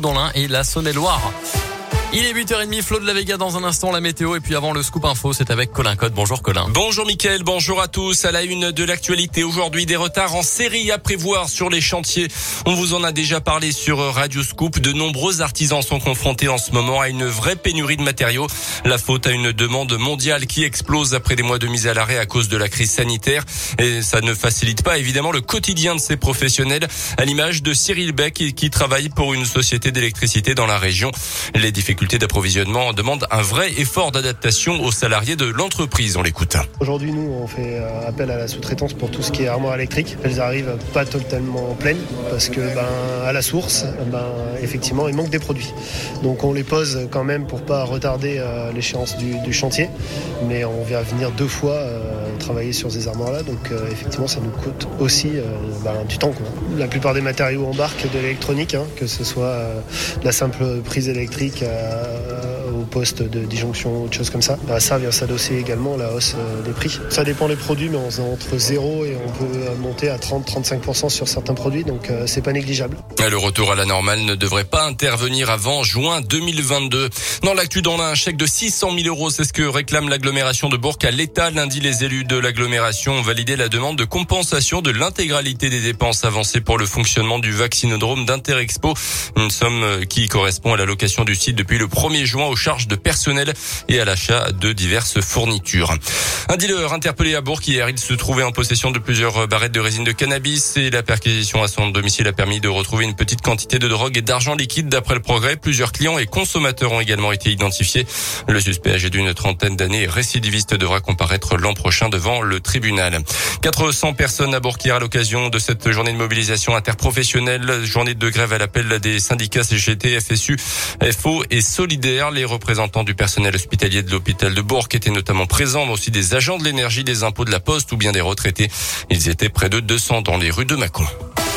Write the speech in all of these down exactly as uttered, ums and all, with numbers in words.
dans l'Ain et la Saône-et-Loire. Il est huit heures trente, Flo de la Vega dans un instant, la météo. Et puis avant le scoop info, c'est avec Colin Cotte. Bonjour Colin. Bonjour Mickaël, bonjour à tous. À la une de l'actualité aujourd'hui, des retards en série à prévoir sur les chantiers. On vous en a déjà parlé sur Radio Scoop. De nombreux artisans sont confrontés en ce moment à une vraie pénurie de matériaux. La faute à une demande mondiale qui explose après des mois de mise à l'arrêt à cause de la crise sanitaire. Et ça ne facilite pas évidemment le quotidien de ces professionnels, à l'image de Cyril Beck qui travaille pour une société d'électricité dans la région. Les difficultés d'approvisionnement demandent un vrai effort d'adaptation aux salariés de l'entreprise. On l'écoute. Aujourd'hui, nous, on fait appel à la sous-traitance pour tout ce qui est armoire électrique. Elles arrivent pas totalement pleines parce que, ben, à la source, ben, effectivement, il manque des produits. Donc, on les pose quand même pour pas retarder euh, l'échéance du, du chantier. Mais on vient venir deux fois euh, travailler sur ces armoires-là. Donc, euh, effectivement, ça nous coûte aussi euh, ben, du temps, quoi. La plupart des matériaux embarquent de l'électronique, hein, que ce soit euh, de la simple prise électrique à au poste de disjonction, autre chose comme ça. Bah, ça vient s'adosser également la hausse des prix. Ça dépend des produits, mais on est entre zéro et on peut monter à trente à trente-cinq pour cent sur certains produits, donc euh, c'est pas négligeable. Le retour à la normale ne devrait pas intervenir avant juin deux mille vingt-deux. Dans l'actu, dans l'Ain, un chèque de six cent mille euros, c'est ce que réclame l'agglomération de Bourg à l'État. Lundi, les élus de l'agglomération ont validé la demande de compensation de l'intégralité des dépenses avancées pour le fonctionnement du vaccinodrome d'Interexpo. Une somme qui correspond à la location du site depuis le premier juin aux charges de personnel et à l'achat de diverses fournitures. Un dealer interpellé à Bourg hier, il se trouvait en possession de plusieurs barrettes de résine de cannabis et la perquisition à son domicile a permis de retrouver une petite quantité de drogue et d'argent liquide. D'après le Progrès, plusieurs clients et consommateurs ont également été identifiés. Le suspect âgé d'une trentaine d'années, récidiviste, devra comparaître l'an prochain devant le tribunal. quatre cents personnes à Bourg hier à l'occasion de cette journée de mobilisation interprofessionnelle, journée de grève à l'appel des syndicats C G T, F S U, F O et Solidaire. Les représentants du personnel hospitalier de l'hôpital de Bourg étaient notamment présents, mais aussi des agents de l'énergie, des impôts de la Poste ou bien des retraités. Ils étaient près de deux cents dans les rues de Mâcon.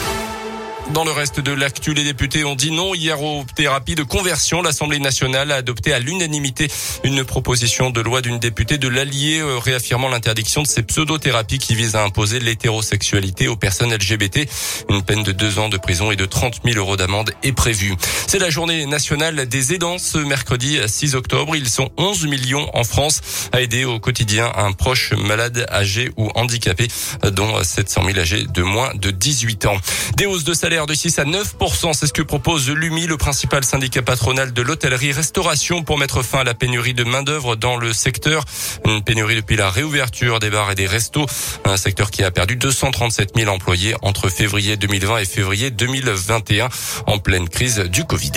Dans le reste de l'actu, les députés ont dit non hier aux thérapies de conversion. L'Assemblée nationale a adopté à l'unanimité une proposition de loi d'une députée de l'Allier euh, réaffirmant l'interdiction de ces pseudothérapies qui visent à imposer l'hétérosexualité aux personnes L G B T. Une peine de deux ans de prison et de trente mille euros d'amende est prévue. C'est la journée nationale des aidants ce mercredi six octobre. Ils sont onze millions en France à aider au quotidien un proche malade, âgé ou handicapé, dont sept cent mille âgés de moins de dix-huit ans. Des hausses de salaire de six à neuf pour cent, c'est ce que propose l'U M I, le principal syndicat patronal de l'hôtellerie-restauration, pour mettre fin à la pénurie de main-d'œuvre dans le secteur. Une pénurie depuis la réouverture des bars et des restos. Un secteur qui a perdu deux cent trente-sept mille employés entre février deux mille vingt et février deux mille vingt et un, en pleine crise du Covid.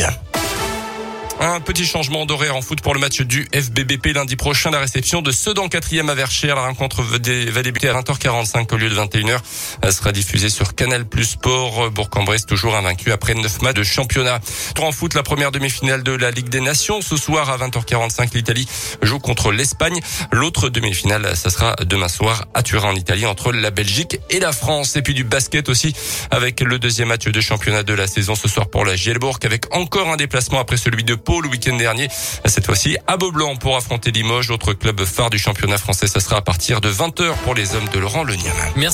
Un petit changement d'horaire en foot pour le match du F B B P lundi prochain. La réception de Sedan quatrième à Verchères. La rencontre va débuter à vingt heures quarante-cinq au lieu de vingt et une heures. Elle sera diffusée sur Canal Plus Sport. Bourg-en-Bresse toujours invaincu après neuf matchs de championnat. En foot, la première demi-finale de la Ligue des Nations. Ce soir à vingt heures quarante-cinq, l'Italie joue contre l'Espagne. L'autre demi-finale, ça sera demain soir à Turin en Italie entre la Belgique et la France. Et puis du basket aussi avec le deuxième match de championnat de la saison ce soir pour la Gielbourg, avec encore un déplacement après celui de Pau le week-end dernier. Cette fois-ci à Beaublanc pour affronter Limoges, autre club phare du championnat français. Ça sera à partir de vingt heures pour les hommes de Laurent Leniam. Merci.